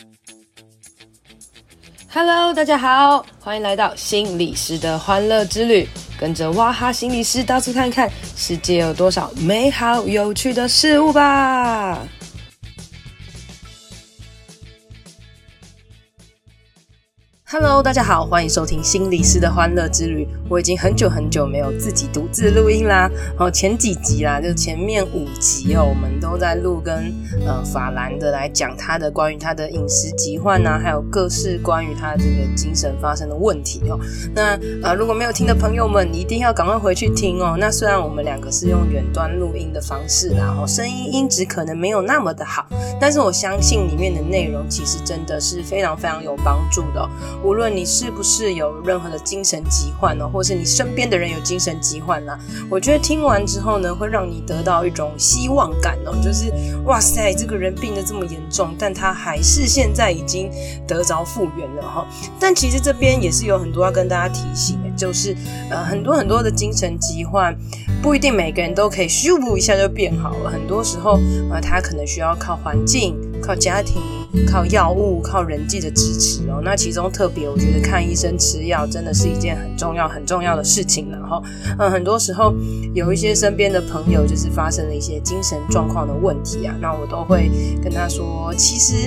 Hello， 大家好，欢迎来到心理师的欢乐之旅，跟着哇哈心理师到处看看世界有多少美好有趣的事物吧。Hello， 大家好，欢迎收听心理师的欢乐之旅。我已经很久没有自己独自录音啦。前几集啦，就前面5集我们都在录跟法兰的来讲他的关于他的饮食疾患啊，还有各式关于他这个精神发生的问题哦。那如果没有听的朋友们，一定要赶快回去听哦。那虽然我们两个是用远端录音的方式啦，声音音质可能没有那么的好，但是我相信里面的内容其实真的是非常非常有帮助的哦。无论你是不是有任何的精神疾患哦，或是你身边的人有精神疾患啦，我觉得听完之后呢，会让你得到一种希望感哦，就是哇塞，这个人病得这么严重，但他还是现在已经得着复原了哈。但其实这边也是有很多要跟大家提醒的，就是很多的精神疾患不一定每个人都可以咻一下就变好了，很多时候他可能需要靠环境、靠家庭、靠药物、靠人际的支持哦。那其中特别我觉得看医生吃药真的是一件很重要的事情。然后很多时候有一些身边的朋友就是发生了一些精神状况的问题啊，那我都会跟他说，其实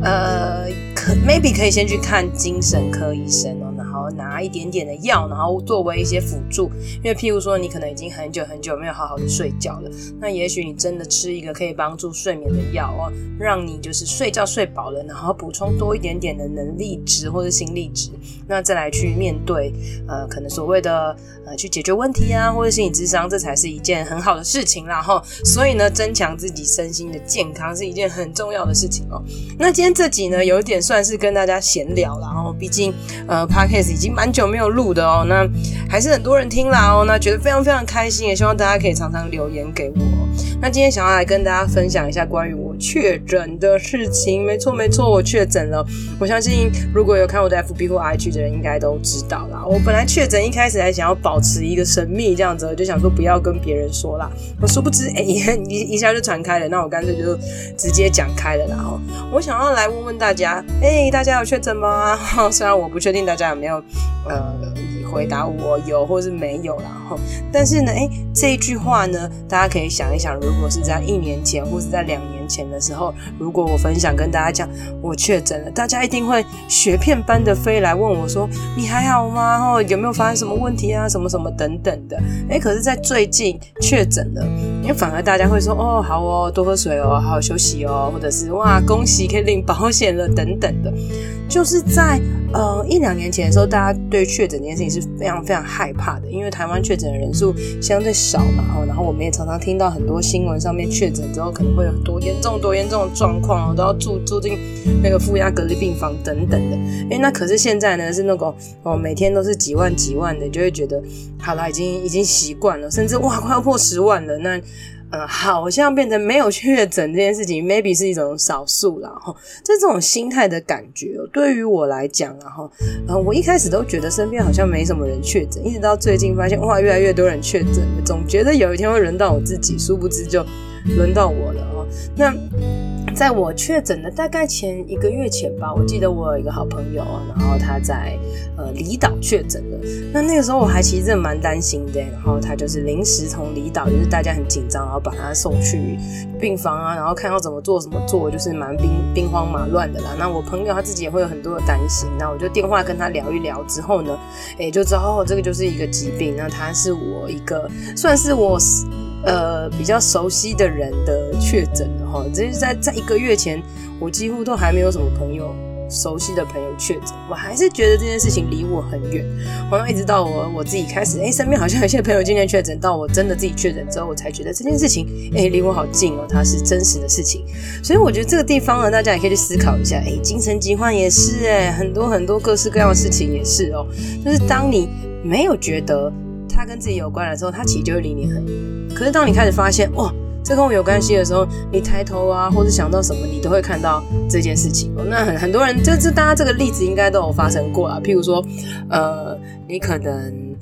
maybe 可以先去看精神科医生哦，然后拿一点点的药，然后作为一些辅助。因为譬如说你可能已经很久没有好好的睡觉了，那也许你真的吃一个可以帮助睡眠的药哦，让你就是睡觉睡饱了，然后补充多一点点的能力值或者心力值，那再来去面对可能所谓的去解决问题啊，或者心理咨商，这才是一件很好的事情啦齁。所以呢，增强自己身心的健康是一件很重要的事情哦。那今天这集呢，有点算是跟大家闲聊啦齁，毕竟Podcast 已经蛮久没有录的哦，那还是很多人听啦哦，那觉得非常非常开心，也希望大家可以常常留言给我哦。那今天想要来跟大家分享一下关于我确诊的事情。没错，我确诊了。我相信如果有看我的 FB 或 IG 的人应该都知道啦。我本来确诊一开始还想要保持一个神秘这样子，我就想说不要跟别人说啦。我殊不知一下就传开了，那我干脆就直接讲开了啦。我想要来问问大家，大家有确诊吗？虽然我不确定大家有没有回答我有或是没有啦，但是呢这一句话呢，大家可以想一想，如果是在1年前或是在2年前的时候，如果我分享跟大家讲我确诊了，大家一定会雪片般的飞来问我说你还好吗？有没有发生什么问题啊，什么什么等等的。可是在最近确诊了，因为反而大家会说好哦，多喝水哦，好好休息哦，或者是哇恭喜可以领保险了等等的。就是在1-2年前的时候，大家对确诊这件事情是非常非常害怕的，因为台湾确诊的人数相对少嘛，然后我们也常常听到很多新闻上面确诊之后可能会有多严重的状况，都要住进那个负压隔离病房等等的。那可是现在呢是那种每天都是几万的，就会觉得好啦，已经习惯了，甚至哇快要破10万了。那好像变成没有确诊这件事情 maybe 是一种少数啦齁，这种心态的感觉对于我来讲啦齁，我一开始都觉得身边好像没什么人确诊，一直到最近发现哇越来越多人确诊了，总觉得有一天会轮到我自己，殊不知就轮到我了那在我确诊的大概前1个月前吧，我记得我有一个好朋友，然后他在离岛确诊了。那个时候我还其实真的蛮担心的，然后他就是临时从离岛，就是大家很紧张，然后把他送去病房啊，然后看要怎么做，就是蛮兵荒马乱的啦。那我朋友他自己也会有很多的担心，那我就电话跟他聊一聊之后呢，就知道这个就是一个疾病，那他是我一个算是我比较熟悉的人的确诊了齁，这是在1个月前，我几乎都还没有什么熟悉的朋友确诊，我还是觉得这件事情离我很远。一直到我自己开始身边好像有些朋友今天确诊，到我真的自己确诊之后，我才觉得这件事情离我好近它是真实的事情。所以我觉得这个地方呢，大家也可以去思考一下，精神疾患也是很多各式各样的事情也是就是当你没有觉得它跟自己有关的时候，它其实就会离你很远。可是当你开始发现哇这跟我有关系的时候，你抬头啊或者想到什么，你都会看到这件事情那很多人大家这个例子应该都有发生过啦，譬如说你可能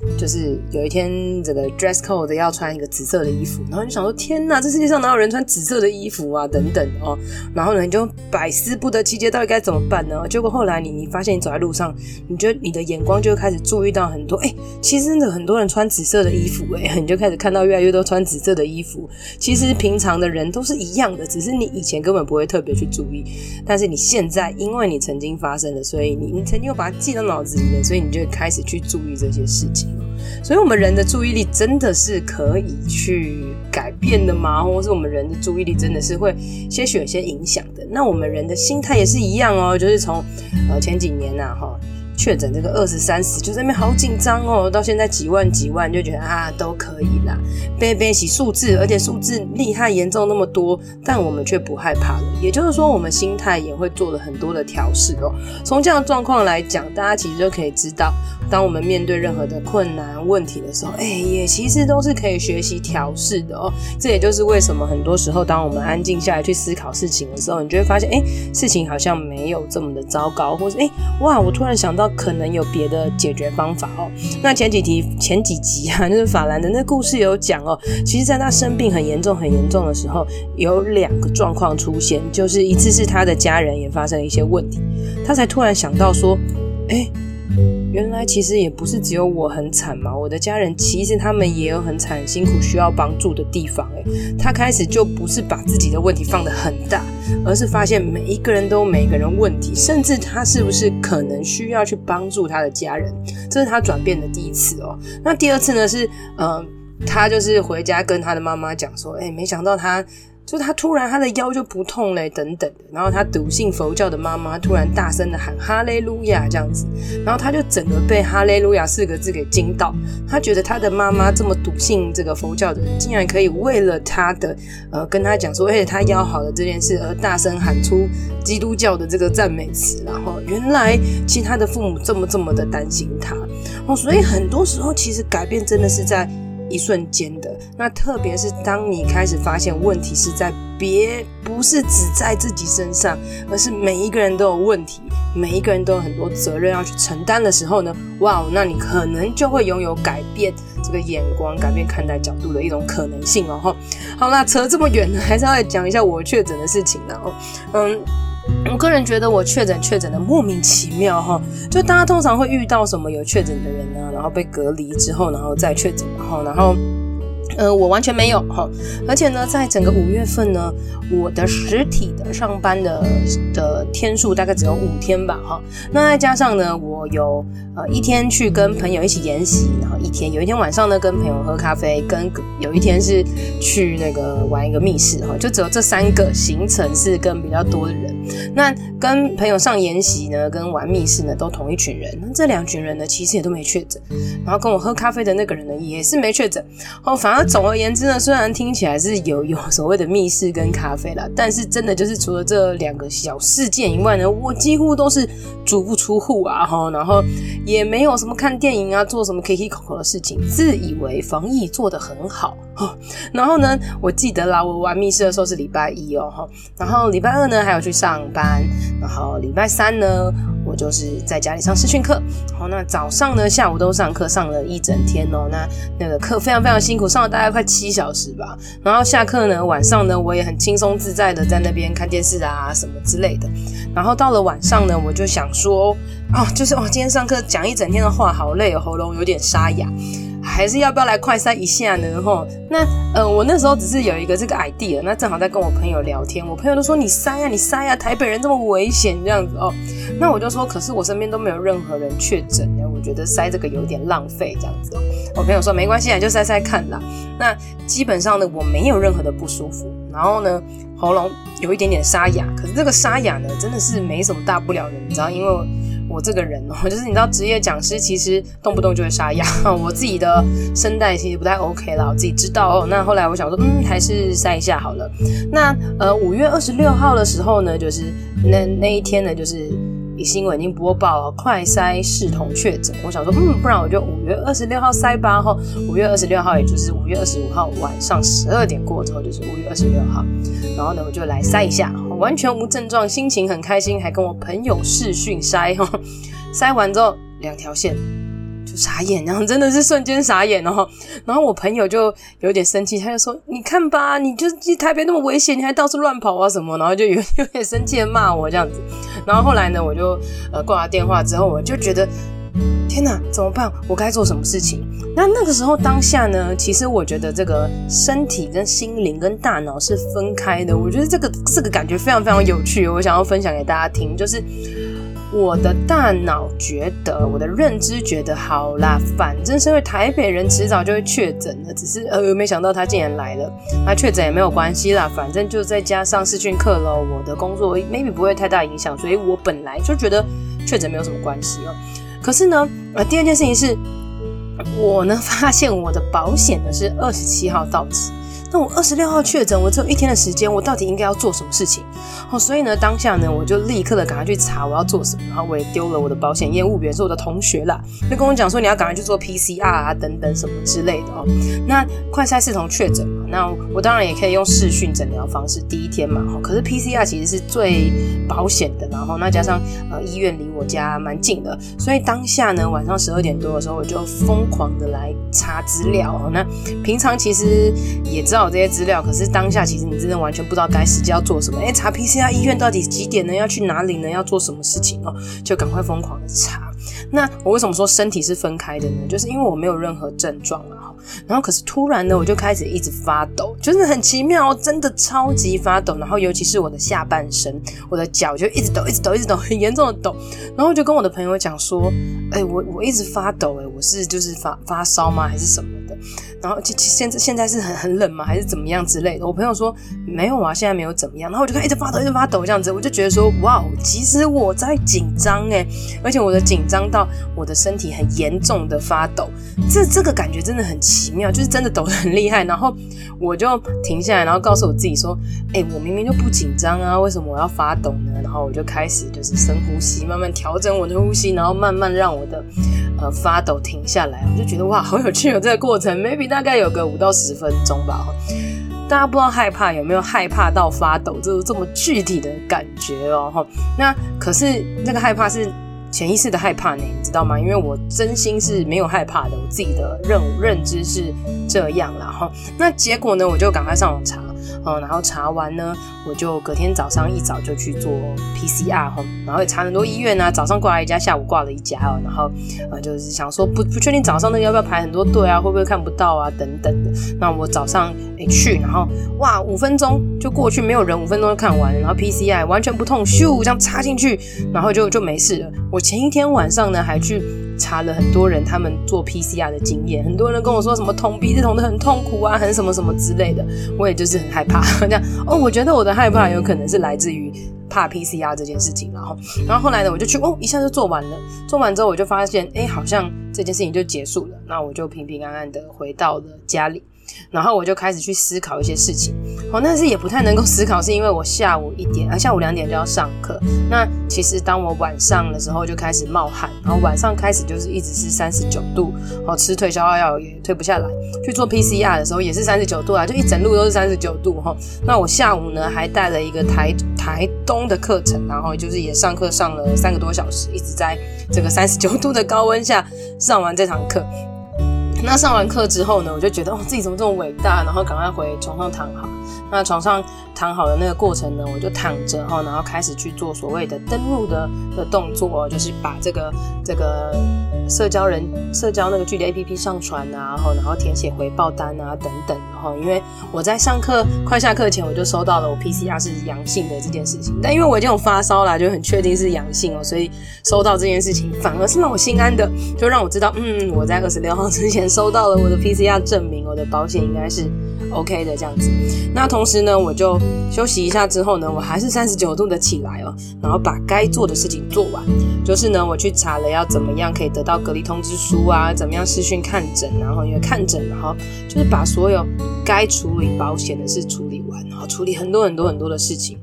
就是有一天这个 dress code 要穿一个紫色的衣服，然后你想说天哪，这世界上哪有人穿紫色的衣服啊等等哦，然后呢你就百思不得其解，到底该怎么办呢？结果后来你发现你走在路上，你觉得你的眼光就会开始注意到很多，其实真的很多人穿紫色的衣服，你就开始看到越来越多穿紫色的衣服。其实平常的人都是一样的，只是你以前根本不会特别去注意，但是你现在因为你曾经发生了，所以你曾经有把它记到脑子里了，所以你就会开始去注意这些事情。所以我们人的注意力真的是可以去改变的吗？或是我们人的注意力真的是会些许有些影响的？那我们人的心态也是一样哦，就是从前几年确诊这个20、30就在那边好紧张哦，到现在几万就觉得都可以啦，背起数字，而且数字厉害严重那么多，但我们却不害怕了。也就是说我们心态也会做了很多的调试哦。从这样的状况来讲，大家其实就可以知道，当我们面对任何的困难问题的时候，也其实都是可以学习调试的哦。这也就是为什么很多时候当我们安静下来去思考事情的时候，你就会发现事情好像没有这么的糟糕，或是哇我突然想到可能有别的解决方法哦。那前几集就是法兰的那故事有讲哦，其实在他生病很严重的时候，有2个状况出现，就是一次是他的家人也发生了一些问题，他才突然想到说原来其实也不是只有我很惨嘛，我的家人其实他们也有很惨很辛苦需要帮助的地方。他开始就不是把自己的问题放得很大，而是发现每一个人都有每个人问题，甚至他是不是可能需要去帮助他的家人，这是他转变的第一次哦。那第二次呢是他就是回家跟他的妈妈讲说没想到他突然他的腰就不痛了等等的，然后他笃信佛教的妈妈突然大声的喊哈利路亚这样子，然后他就整个被哈利路亚4个字给惊到，他觉得他的妈妈这么笃信这个佛教的人，竟然可以为了他的跟他讲说他腰好了这件事而大声喊出基督教的这个赞美词，然后原来其实他的父母这么的担心他所以很多时候其实改变真的是在一瞬间的。那特别是当你开始发现问题是在不是只在自己身上，而是每一个人都有问题，每一个人都有很多责任要去承担的时候呢，哇，那你可能就会拥有改变这个眼光，改变看待角度的一种可能性哦。好啦，扯这么远呢，还是要来讲一下我确诊的事情啦。我个人觉得我确诊的莫名其妙就大家通常会遇到什么有确诊的人啊，然后被隔离之后，然后再确诊，然后我完全没有而且呢，在整个5月份呢，我的实体的上班的天数大概只有5天吧那再加上呢，我有1天去跟朋友一起研习，然后有一天晚上呢跟朋友喝咖啡，跟有一天是去那个玩一个密室就只有这3个行程是跟比较多的人。那跟朋友上研习呢，跟玩密室呢都同一群人，那这2群人呢其实也都没确诊，然后跟我喝咖啡的那个人呢也是没确诊反而总而言之呢，虽然听起来是有所谓的密室跟咖啡啦，但是真的就是除了这2个小事件以外呢，我几乎都是足不出户啊然后也没有什么看电影啊，做什么 KK 的事情，自以为防疫做得很好然后呢，我记得啦，我玩密室的时候是礼拜1然后礼拜2呢还有去上班，然后礼拜3呢我就是在家里上视讯课那早上呢下午都上课，上了1整天那个课非常非常辛苦，上了大概快7小时吧，然后下课呢晚上呢我也很轻松自在的在那边看电视啊什么之类的，然后到了晚上呢我就想说就是今天上课讲1整天的话好累喉咙有点沙哑，还是要不要来快筛一下呢那我那时候只是有一个这个 idea， 那正好在跟我朋友聊天，我朋友都说你筛啊台北人这么危险这样子那我就说可是我身边都没有任何人确诊，我觉得筛这个有点浪费这样子我朋友说没关系就筛看啦。那基本上呢我没有任何的不舒服，然后呢喉咙有一点点沙哑，可是这个沙哑呢真的是没什么大不了的，你知道，因为我这个人就是你知道职业讲师其实动不动就会沙哑我自己的声带其实不太 OK 啦，我自己知道那后来我想说还是筛一下好了。那5月26号的时候呢，就是那一天呢就是新闻已经播报快筛视同确诊，我想说不然我就5月26号筛吧5月26号也就是5月25号晚上12点过之后就是5月26号，然后呢我就来筛一下，完全无症状，心情很开心，还跟我朋友视讯筛筛完之后2条线， 就傻眼，然后真的是瞬间傻眼，然后我朋友就有点生气，他就说你看吧，你就台北那么危险，你还到处乱跑啊什么，然后就有点生气的骂我这样子。然后后来呢，我就挂了电话之后，我就觉得天哪，怎么办？我该做什么事情？那个时候当下呢，其实我觉得这个身体跟心灵跟大脑是分开的。我觉得这个感觉非常非常有趣，我想要分享给大家听。就是我的大脑觉得，我的认知觉得，好啦，反正身为台北人迟早就会确诊的，只是没想到他竟然来了。那确诊也没有关系啦，反正就再加上视讯课咯，我的工作 maybe 不会太大影响，所以我本来就觉得确诊没有什么关系哦。可是呢，第二件事情是，我呢发现我的保险呢是27号到期，那我26号确诊，我只有1天的时间，我到底应该要做什么事情？所以呢，当下呢我就立刻的赶快去查我要做什么，然后我也丢了我的保险业务员，是我的同学啦，就跟我讲说你要赶快去做 PCR 啊等等什么之类的哦。那快筛系统确诊嘛，那我当然也可以用视讯诊疗方式第1天嘛，可是 PCR 其实是最保险的，然后那加上医院离我家蛮近的，所以当下呢晚上12点多的时候，我就疯狂的来查资料哦。那平常其实也知道有这些资料，可是当下其实你真的完全不知道该实际要做什么。查 PCR 医院到底几点呢？要去哪里呢？要做什么事情哦？就赶快疯狂的查。那我为什么说身体是分开的呢？就是因为我没有任何症状啊，然后可是突然呢，我就开始一直发抖，就是很奇妙，真的超级发抖。然后尤其是我的下半身，我的脚就一直抖，一直抖，一直抖，很严重的抖。然后就跟我的朋友讲说，我一直发抖，我是就是发烧吗？还是什么的？然后现在是很冷吗？还是怎么样之类的？我朋友说没有啊，现在没有怎么样。然后我就看一直发抖，一直发抖这样子，我就觉得说哇，其实我在紧张而且我的紧张到我的身体很严重的发抖，这个感觉真的很奇妙，就是真的抖得很厉害。然后我就停下来，然后告诉我自己说，我明明就不紧张啊，为什么我要发抖呢？然后我就开始就是深呼吸，慢慢调整我的呼吸，然后慢慢让我的发抖停下来。我就觉得哇，好有趣这个过程 ，maybe 大概有个5到10分钟吧。大家不知道害怕有没有害怕到发抖这么具体的感觉哦。那可是那个害怕是潜意识的害怕呢，你知道吗？因为我真心是没有害怕的，我自己的认知是这样啦。那结果呢，我就赶快上网查，然后查完呢，我就隔天早上一早就去做 PCR， 然后也查很多医院啊，早上挂了一家，下午挂了一家然后就是想说不确定早上那个要不要排很多队啊，会不会看不到啊等等的。那我早上去，然后哇5分钟就过去，没有人，5分钟就看完了，然后 PCR 完全不痛，咻这样插进去，然后就没事了。我前一天晚上呢还去查了很多人他们做 PCR 的经验，很多人跟我说什么捅鼻子捅得很痛苦啊，很什么什么之类的，我也就是很害怕这样我觉得我的害怕有可能是来自于怕 PCR 这件事情。然后后来呢，我就去一下就做完了，做完之后我就发现好像这件事情就结束了，那我就平平安安的回到了家里。然后我就开始去思考一些事情但是也不太能够思考，是因为我下午2点就要上课。那其实当我晚上的时候就开始冒汗，然后晚上开始就是一直是39度吃退烧药也退不下来，去做 PCR 的时候也是39度就一整路都是39度那我下午呢还带了一个台东的课程，然后就是也上课上了3个多小时，一直在这个39度的高温下上完这堂课。那上完课之后呢，我就觉得自己怎么这么伟大，然后赶快回床上躺好。那床上躺好的那个过程呢，我就躺着然后开始去做所谓的登录的动作就是把这个社交那个距离 APP 上传啊，然后填写回报单啊等等。因为我在上课快下课前我就收到了我 PCR 是阳性的这件事情，但因为我已经有发烧啦，就很确定是阳性所以收到这件事情反而是让我心安的，就让我知道我在26号之前收到了我的 PCR 证明，我的保险应该是 OK 的这样子。那同时呢，我就休息一下之后呢，我还是39度的起来然后把该做的事情做完。就是呢，我去查了要怎么样可以得到隔离通知书啊，怎么样视讯看诊，然后因为看诊，然后就是把所有该处理保险的事处理完，然后处理很多很多很多的事情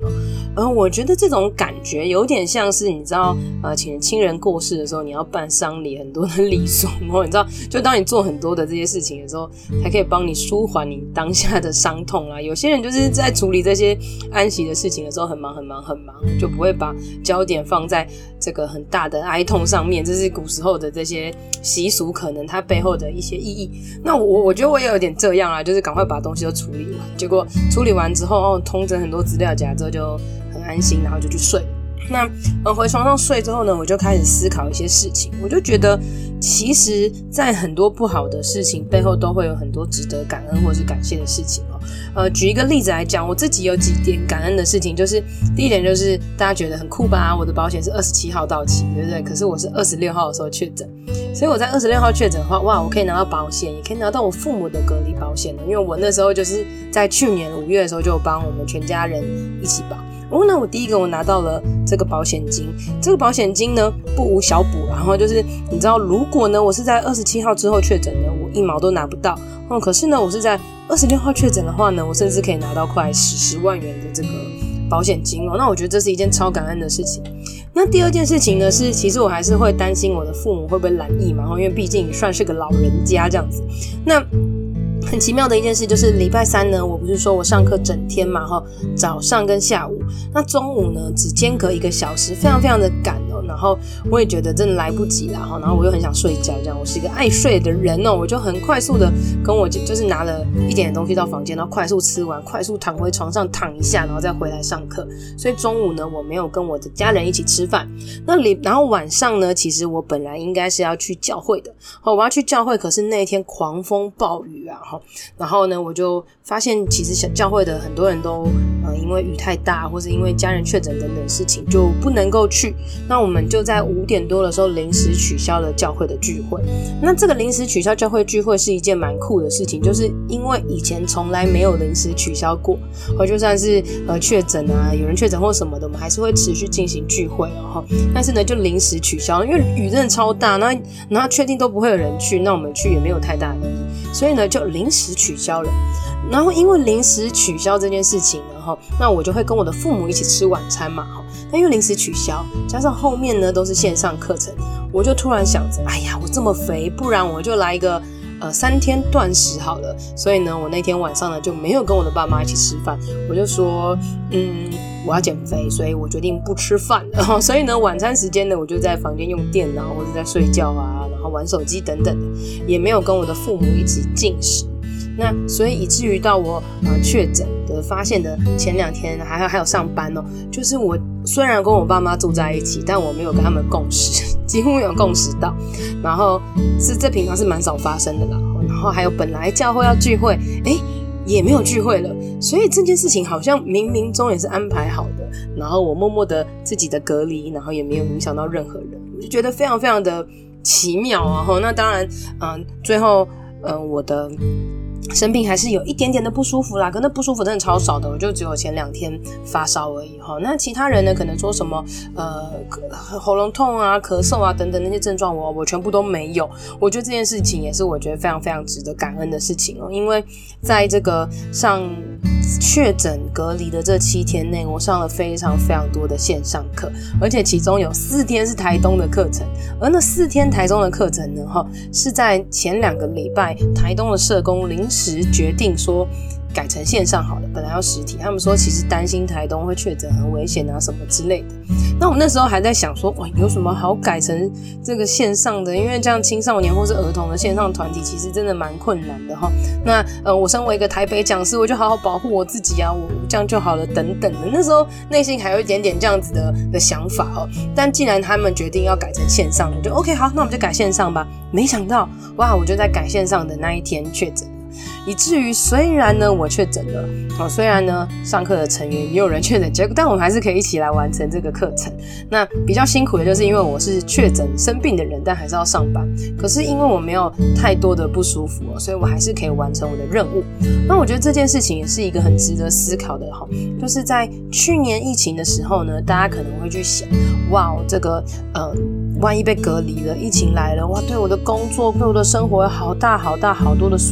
我觉得这种感觉有点像是你知道亲人过世的时候你要办丧礼很多的礼俗，然后你知道就当你做很多的这些事情的时候才可以帮你舒缓你当下的伤痛啊。有些人就是在处理这些安息的事情的时候很忙，就不会把焦点放在这个很大的哀痛上面，这是古时候的这些习俗可能它背后的一些意义。那我觉得我也有点这样啊，就是赶快把东西都处理完，结果处理完之后通整很多资料夹之后就很安心，然后就去睡了。那回床上睡之后呢，我就开始思考一些事情，我就觉得其实在很多不好的事情背后都会有很多值得感恩或是感谢的事情举一个例子来讲，我自己有几点感恩的事情，就是第一点就是大家觉得很酷吧，我的保险是27号到期，对不对？可是我是26号的时候确诊，所以我在26号确诊的话，哇，我可以拿到保险，也可以拿到我父母的隔离保险了，因为我那时候就是在去年5月的时候就有帮我们全家人一起保。那我第一个我拿到了这个保险金，这个保险金呢不无小补，然后就是你知道如果呢我是在27号之后确诊的，我1毛都拿不到可是呢我是在26号确诊的话呢，我甚至可以拿到快10万元的这个保险金那我觉得这是一件超感恩的事情。那第二件事情呢是其实我还是会担心我的父母会不会染疫嘛，因为毕竟算是个老人家这样子。那很奇妙的一件事就是礼拜三呢，我不是说我上课整天嘛早上跟下午，那中午呢只间隔1个小时，非常非常的赶然后我也觉得真的来不及啦然后我又很想睡觉，这样我是一个爱睡的人我就很快速的跟我就是拿了一点东西到房间，然后快速吃完，快速躺回床上躺一下，然后再回来上课。所以中午呢我没有跟我的家人一起吃饭。然后晚上呢其实我本来应该是要去教会的我要去教会，可是那一天狂风暴雨啊然后呢我就发现其实教会的很多人都因为雨太大或是因为家人确诊等等事情就不能够去，那我们就在5点多的时候临时取消了教会的聚会。那这个临时取消教会聚会是一件蛮酷的事情，就是因为以前从来没有临时取消过就算是确诊啊，有人确诊或什么的，我们还是会持续进行聚会但是呢就临时取消，因为雨真的超大，然后确定都不会有人去，那我们去也没有太大的意义，所以呢就临时取消了。然后因为临时取消这件事情呢那我就会跟我的父母一起吃晚餐嘛那因为临时取消加上后面呢都是线上课程，我就突然想着哎呀我这么肥，不然我就来一个3天断食好了。所以呢我那天晚上呢就没有跟我的爸妈一起吃饭，我就说我要减肥，所以我决定不吃饭了所以呢晚餐时间呢我就在房间用电脑或者在睡觉啊，然后玩手机等等的，也没有跟我的父母一起进食。那所以以至于到我确诊的发现的前2天还有上班就是我虽然跟我爸妈住在一起，但我没有跟他们共识，几乎没有共识到，然后这平常是蛮少发生的啦。然后还有本来教会要聚会也没有聚会了，所以这件事情好像冥冥中也是安排好的，然后我默默的自己的隔离，然后也没有影响到任何人，我就觉得非常非常的奇妙那当然最后我的生病还是有一点点的不舒服啦，可那不舒服真的超少的，我就只有前2天发烧而已那其他人呢可能说什么喉咙痛啊咳嗽啊等等那些症状我全部都没有。我觉得这件事情也是我觉得非常非常值得感恩的事情因为在这个上确诊隔离的这7天内，我上了非常非常多的线上课，而且其中有4天是台东的课程，而那4天台东的课程呢是在前2个礼拜台东的社工临时决定说改成线上好了，本来要实体，他们说其实担心台东会确诊很危险啊什么之类的。那我那时候还在想说有什么好改成这个线上的，因为这样青少年或是儿童的线上团体其实真的蛮困难的那我身为一个台北讲师，我就好好保护我自己啊，我这样就好了等等的，那时候内心还有一点点这样子的想法但既然他们决定要改成线上了，就 OK 好，那我们就改线上吧。没想到哇，我就在改线上的那一天确诊，以至于虽然呢我确诊了虽然呢上课的成员也有人确诊结果，但我们还是可以一起来完成这个课程。那比较辛苦的就是因为我是确诊生病的人，但还是要上班，可是因为我没有太多的不舒服所以我还是可以完成我的任务。那我觉得这件事情也是一个很值得思考的就是在去年疫情的时候呢，大家可能会去想哇这个万一被隔离了，疫情来了，哇，对我的工作对我的生活有好大好多的损失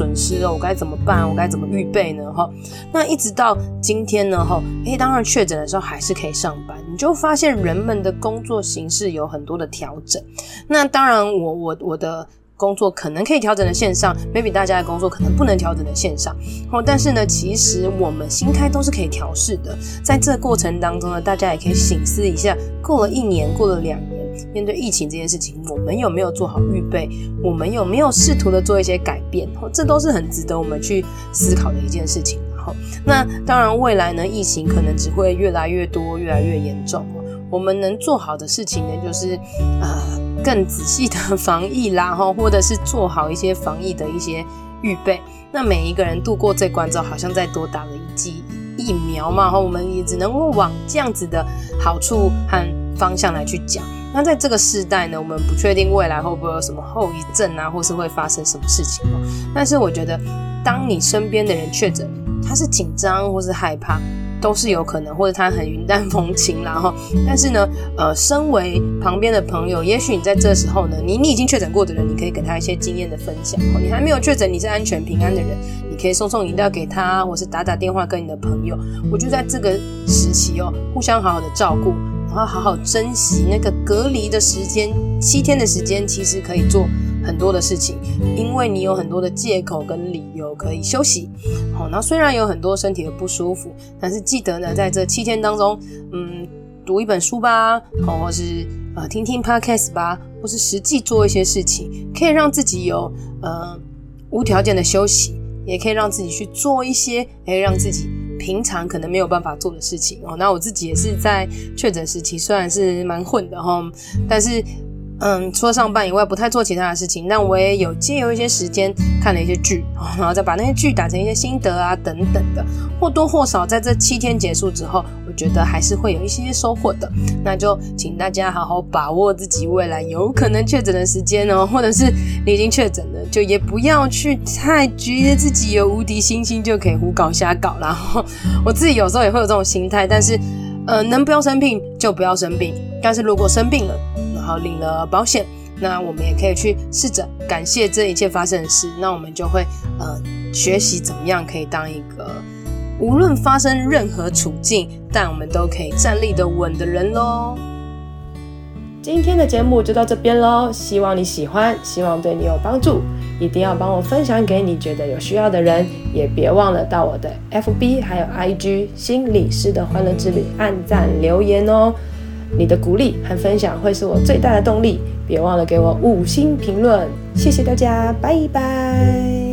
了，我该怎么办？我该怎么预备呢？那一直到今天呢，当然确诊的时候还是可以上班，你就发现人们的工作形式有很多的调整。那当然我的工作可能可以调整的线上 maybe 大家的工作可能不能调整的线上，但是呢其实我们心态都是可以调试的。在这个过程当中呢，大家也可以省思一下，过了1年，过了2年，面对疫情这件事情，我们有没有做好预备？我们有没有试图的做一些改变？这都是很值得我们去思考的一件事情。那当然未来呢，疫情可能只会越来越多，越来越严重。我们能做好的事情呢，就是更仔细的防疫啦，或者是做好一些防疫的一些预备。那每一个人度过这关之后，好像再多打了一剂疫苗嘛，我们也只能够往这样子的好处和方向来去讲。那在这个世代呢，我们不确定未来会不会有什么后遗症啊，或是会发生什么事情。但是我觉得当你身边的人确诊，他是紧张或是害怕都是有可能，或者他很云淡风轻啦。但是呢身为旁边的朋友，也许你在这时候呢，你已经确诊过的人，你可以给他一些经验的分享。你还没有确诊，你是安全平安的人，你可以送饮料给他，或是打电话跟你的朋友。我就在这个时期互相好好的照顾，然后好好珍惜那个隔离的时间，7天的时间其实可以做很多的事情，因为你有很多的借口跟理由可以休息。那虽然有很多身体的不舒服，但是记得呢，在这7天当中，读一本书吧，或是听听 podcast 吧，或是实际做一些事情，可以让自己有无条件的休息，也可以让自己去做一些让自己平常可能没有办法做的事情。那我自己也是在确诊时期，虽然是蛮混的，但是除了上班以外不太做其他的事情，但我也有借由一些时间看了一些剧，然后再把那些剧打成一些心得啊等等的，或多或少在这7天结束之后，我觉得还是会有一些收获的。那就请大家好好把握自己未来有可能确诊的时间或者是你已经确诊了，就也不要去太觉得自己有无敌星星就可以胡搞瞎搞啦。我自己有时候也会有这种心态，但是能不要生病就不要生病，但是如果生病了然后领了保险，那我们也可以去试着感谢这一切发生的事，那我们就会学习怎么样可以当一个无论发生任何处境，但我们都可以站立得稳的人咯。 今天的节目就到这边咯，希望你喜欢，希望对你有帮助，一定要帮我分享给你觉得有需要的人，也别忘了到我的 FB 还有 IG 心理师的欢乐之旅按赞留言哦。你的鼓励和分享会是我最大的动力，别忘了给我5星评论，谢谢大家，拜拜。